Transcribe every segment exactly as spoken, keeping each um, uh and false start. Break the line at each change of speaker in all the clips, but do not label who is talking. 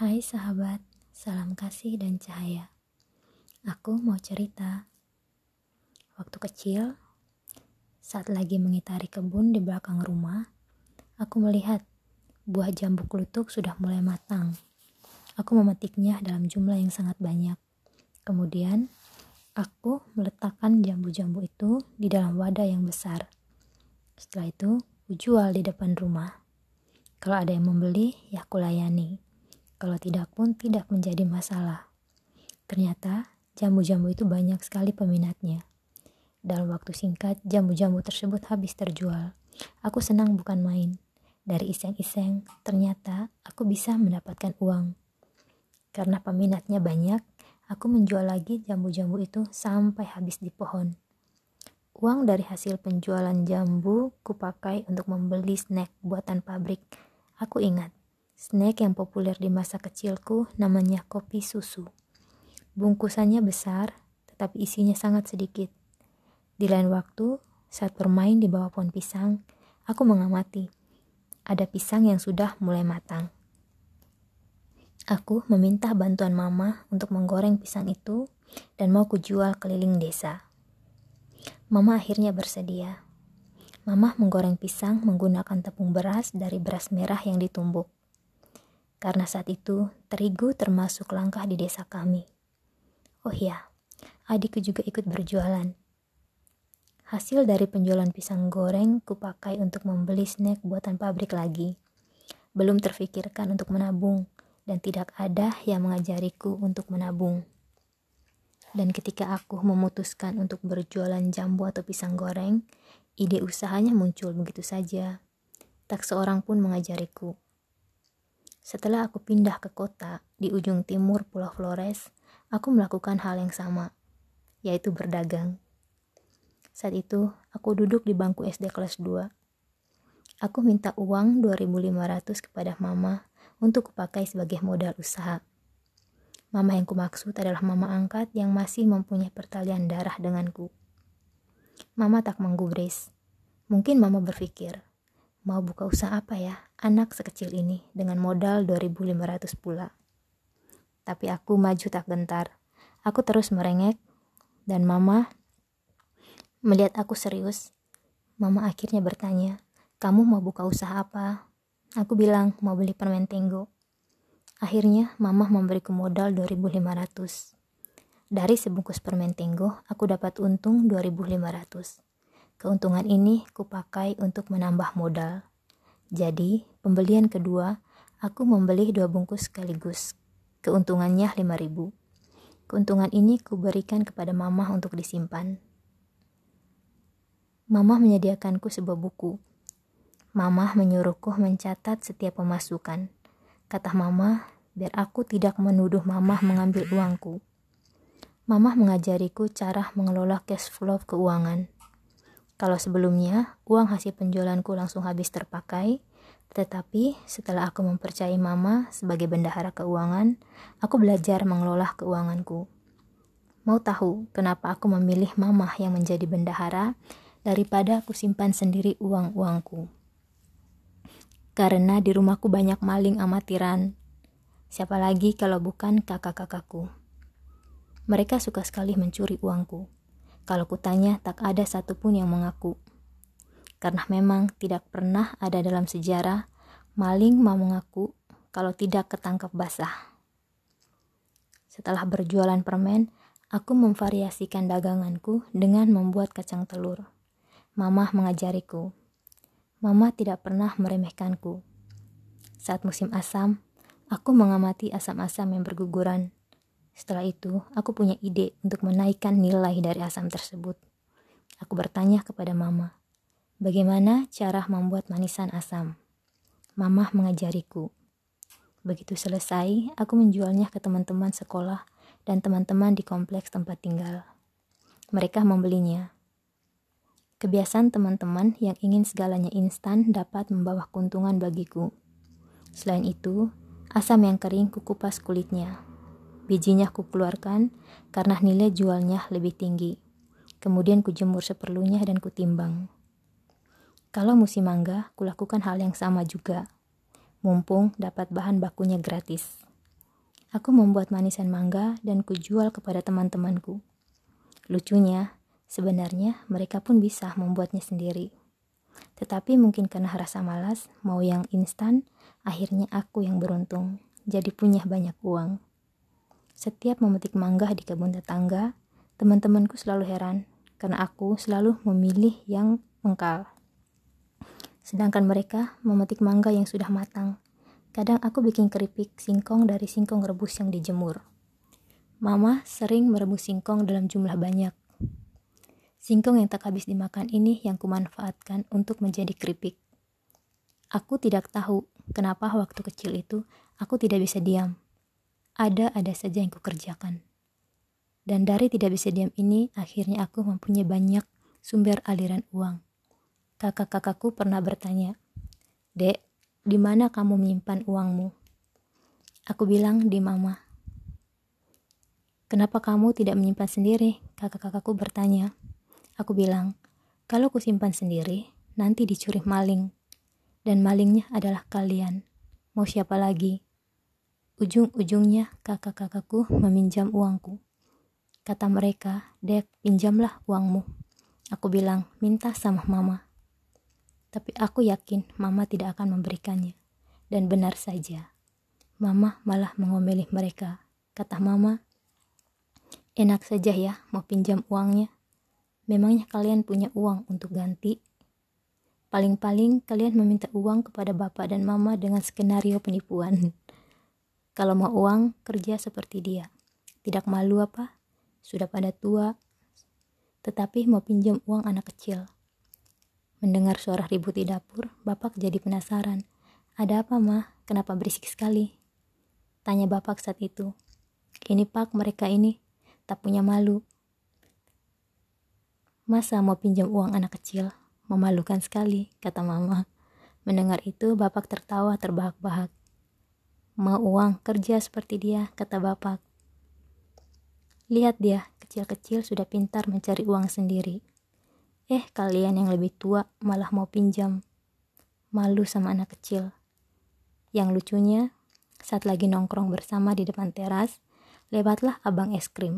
Hai sahabat, salam kasih dan cahaya. Aku mau cerita. Waktu kecil, saat lagi mengitari kebun di belakang rumah, aku melihat buah jambu klutuk sudah mulai matang. Aku memetiknya dalam jumlah yang sangat banyak. Kemudian, aku meletakkan jambu-jambu itu di dalam wadah yang besar. Setelah itu, aku jual di depan rumah. Kalau ada yang membeli, ya aku layani. Kalau tidak pun tidak menjadi masalah. Ternyata jambu-jambu itu banyak sekali peminatnya. Dalam waktu singkat, jambu-jambu tersebut habis terjual. Aku senang bukan main. Dari iseng-iseng, ternyata aku bisa mendapatkan uang. Karena peminatnya banyak, aku menjual lagi jambu-jambu itu sampai habis di pohon. Uang dari hasil penjualan jambu kupakai untuk membeli snack buatan pabrik. Aku ingat, snack yang populer di masa kecilku namanya kopi susu. Bungkusannya besar, tetapi isinya sangat sedikit. Di lain waktu, saat bermain di bawah pohon pisang, aku mengamati. Ada pisang yang sudah mulai matang. Aku meminta bantuan mama untuk menggoreng pisang itu dan mau kujual keliling desa. Mama akhirnya bersedia. Mama menggoreng pisang menggunakan tepung beras dari beras merah yang ditumbuk. Karena saat itu, terigu termasuk langka di desa kami. Oh ya, adikku juga ikut berjualan. Hasil dari penjualan pisang goreng kupakai untuk membeli snack buatan pabrik lagi. Belum terfikirkan untuk menabung, dan tidak ada yang mengajariku untuk menabung. Dan ketika aku memutuskan untuk berjualan jambu atau pisang goreng, ide usahanya muncul begitu saja. Tak seorang pun mengajariku. Setelah aku pindah ke kota di ujung timur Pulau Flores, aku melakukan hal yang sama, yaitu berdagang. Saat itu, aku duduk di bangku S D kelas dua. Aku minta uang dua ribu lima ratus kepada mama untuk kupakai sebagai modal usaha. Mama yang kumaksud adalah mama angkat yang masih mempunyai pertalian darah denganku. Mama tak menggubris. Mungkin mama berpikir, mau buka usaha apa ya anak sekecil ini dengan modal dua ribu lima ratus pula. Tapi aku maju tak gentar. Aku terus merengek dan mama melihat aku serius. Mama akhirnya bertanya, kamu mau buka usaha apa? Aku bilang mau beli permen Tenggo. Akhirnya mama memberiku modal dua ribu lima ratus. Dari sebungkus permen Tenggo, aku dapat untung dua ribu lima ratus. Keuntungan ini kupakai untuk menambah modal. Jadi, pembelian kedua, aku membeli dua bungkus sekaligus. Keuntungannya lima ribu. Keuntungan ini kuberikan kepada mama untuk disimpan. Mama menyediakanku sebuah buku. Mama menyuruhku mencatat setiap pemasukan. Kata mama, biar aku tidak menuduh mama mengambil uangku. Mama mengajariku cara mengelola cash flow keuangan. Kalau sebelumnya, uang hasil penjualanku langsung habis terpakai, tetapi setelah aku mempercayai mama sebagai bendahara keuangan, aku belajar mengelola keuanganku. Mau tahu kenapa aku memilih mama yang menjadi bendahara daripada aku simpan sendiri uang-uangku? Karena di rumahku banyak maling amatiran. Siapa lagi kalau bukan kakak-kakakku. Mereka suka sekali mencuri uangku. Kalau kutanya tak ada satupun yang mengaku. Karena memang tidak pernah ada dalam sejarah maling mau mengaku kalau tidak ketangkap basah. Setelah berjualan permen, aku memvariasikan daganganku dengan membuat kacang telur. Mama mengajariku. Mama tidak pernah meremehkanku. Saat musim asam, aku mengamati asam-asam yang berguguran. Setelah itu, aku punya ide untuk menaikkan nilai dari asam tersebut. Aku bertanya kepada mama, bagaimana cara membuat manisan asam? Mama mengajariku. Begitu selesai, aku menjualnya ke teman-teman sekolah dan teman-teman di kompleks tempat tinggal. Mereka membelinya. Kebiasaan teman-teman yang ingin segalanya instan dapat membawa keuntungan bagiku. Selain itu, asam yang kering kukupas kulitnya. Bijinya kukeluarkan karena nilai jualnya lebih tinggi. Kemudian kujemur seperlunya dan kutimbang. Kalau musim mangga, kulakukan hal yang sama juga. Mumpung dapat bahan bakunya gratis. Aku membuat manisan mangga dan kujual kepada teman-temanku. Lucunya, sebenarnya mereka pun bisa membuatnya sendiri. Tetapi mungkin karena rasa malas, mau yang instan, akhirnya aku yang beruntung, jadi punya banyak uang. Setiap memetik mangga di kebun tetangga, teman-temanku selalu heran, karena aku selalu memilih yang mengkal. Sedangkan mereka memetik mangga yang sudah matang. Kadang aku bikin keripik singkong dari singkong rebus yang dijemur. Mama sering merebus singkong dalam jumlah banyak. Singkong yang tak habis dimakan ini yang kumanfaatkan untuk menjadi keripik. Aku tidak tahu kenapa waktu kecil itu aku tidak bisa diam. Ada-ada saja yang kukerjakan. Dan dari tidak bisa diam ini, akhirnya aku mempunyai banyak sumber aliran uang. Kakak-kakakku pernah bertanya, "Dek, di mana kamu menyimpan uangmu?" Aku bilang di mama. "Kenapa kamu tidak menyimpan sendiri?" Kakak-kakakku bertanya. Aku bilang, "Kalau kusimpan sendiri, nanti dicuri maling. Dan malingnya adalah kalian. Mau siapa lagi?" Ujung-ujungnya kakak-kakakku meminjam uangku. Kata mereka, "Dek, pinjamlah uangmu." Aku bilang, "Minta sama mama." Tapi aku yakin mama tidak akan memberikannya. Dan benar saja, mama malah mengomeli mereka. Kata mama, "Enak saja ya mau pinjam uangnya. Memangnya kalian punya uang untuk ganti? Paling-paling kalian meminta uang kepada bapak dan mama dengan skenario penipuan. Kalau mau uang, kerja seperti dia. Tidak malu apa? Sudah pada tua. Tetapi mau pinjam uang anak kecil." Mendengar suara ribut di dapur, bapak jadi penasaran. "Ada apa, Ma? Kenapa berisik sekali?" Tanya bapak saat itu. "Ini Pak, mereka ini tak punya malu. Masa mau pinjam uang anak kecil? Memalukan sekali," kata mama. Mendengar itu, bapak tertawa terbahak-bahak. "Mau uang, kerja seperti dia," kata bapak. "Lihat dia, kecil-kecil sudah pintar mencari uang sendiri. Eh, kalian yang lebih tua malah mau pinjam. Malu sama anak kecil." Yang lucunya, saat lagi nongkrong bersama di depan teras, lewatlah abang es krim.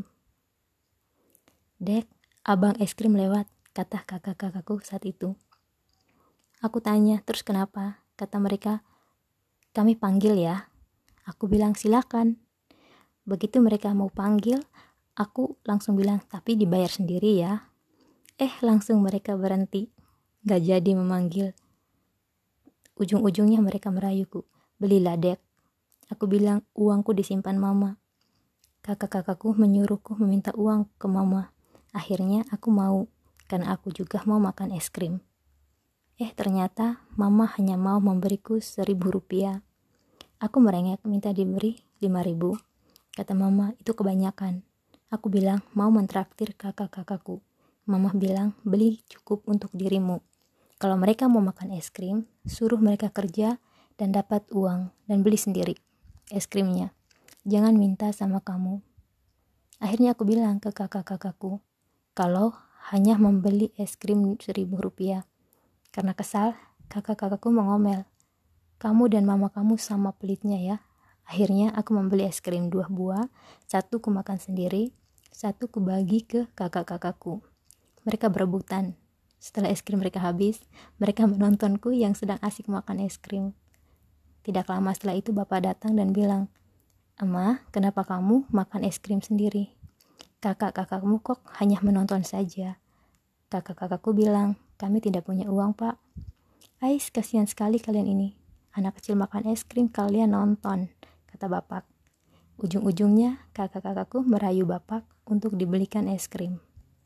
"Dek, abang es krim lewat," kata kakak-kakakku saat itu. Aku tanya, "Terus kenapa?" Kata mereka, "Kami panggil ya." Aku bilang, "Silakan." Begitu mereka mau panggil, aku langsung bilang, "Tapi dibayar sendiri ya." Eh, langsung mereka berhenti. Gak jadi memanggil. Ujung-ujungnya mereka merayuku, "Belilah, Dek." Aku bilang, "Uangku disimpan mama." Kakak-kakakku menyuruhku meminta uang ke mama. Akhirnya aku mau, karena aku juga mau makan es krim. Eh, ternyata mama hanya mau memberiku seribu rupiah. Aku merengek minta diberi lima ribu. Kata mama, "Itu kebanyakan." Aku bilang, "Mau mentraktir kakak-kakakku." Mama bilang, "Beli cukup untuk dirimu. Kalau mereka mau makan es krim, suruh mereka kerja dan dapat uang dan beli sendiri es krimnya. Jangan minta sama kamu." Akhirnya aku bilang ke kakak-kakakku, kalau hanya membeli es krim seribu rupiah. Karena kesal, kakak-kakakku mengomel, "Kamu dan mama kamu sama pelitnya ya." Akhirnya aku membeli es krim dua buah, satu ku makan sendiri, satu ku bagi ke kakak-kakakku. Mereka berebutan. Setelah es krim mereka habis, mereka menontonku yang sedang asik makan es krim. Tidak lama setelah itu bapak datang dan bilang, "Ama, kenapa kamu makan es krim sendiri? Kakak-kakakmu kok hanya menonton saja." Kakak-kakakku bilang, "Kami tidak punya uang, Pak." "Ais, kasihan sekali kalian ini. Anak kecil makan es krim, kalian nonton," kata bapak. Ujung-ujungnya kakak-kakakku merayu bapak untuk dibelikan es krim.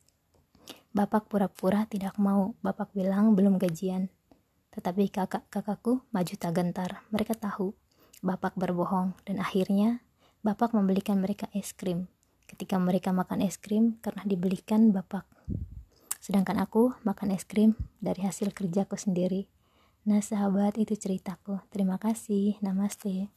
Bapak pura-pura tidak mau. Bapak bilang belum gajian. Tetapi kakak-kakakku maju tak gentar. Mereka tahu bapak berbohong, dan akhirnya bapak membelikan mereka es krim. Ketika mereka makan es krim karena dibelikan bapak. Sedangkan aku makan es krim dari hasil kerjaku sendiri. Nah sahabat, itu ceritaku. Terima kasih. Namaste.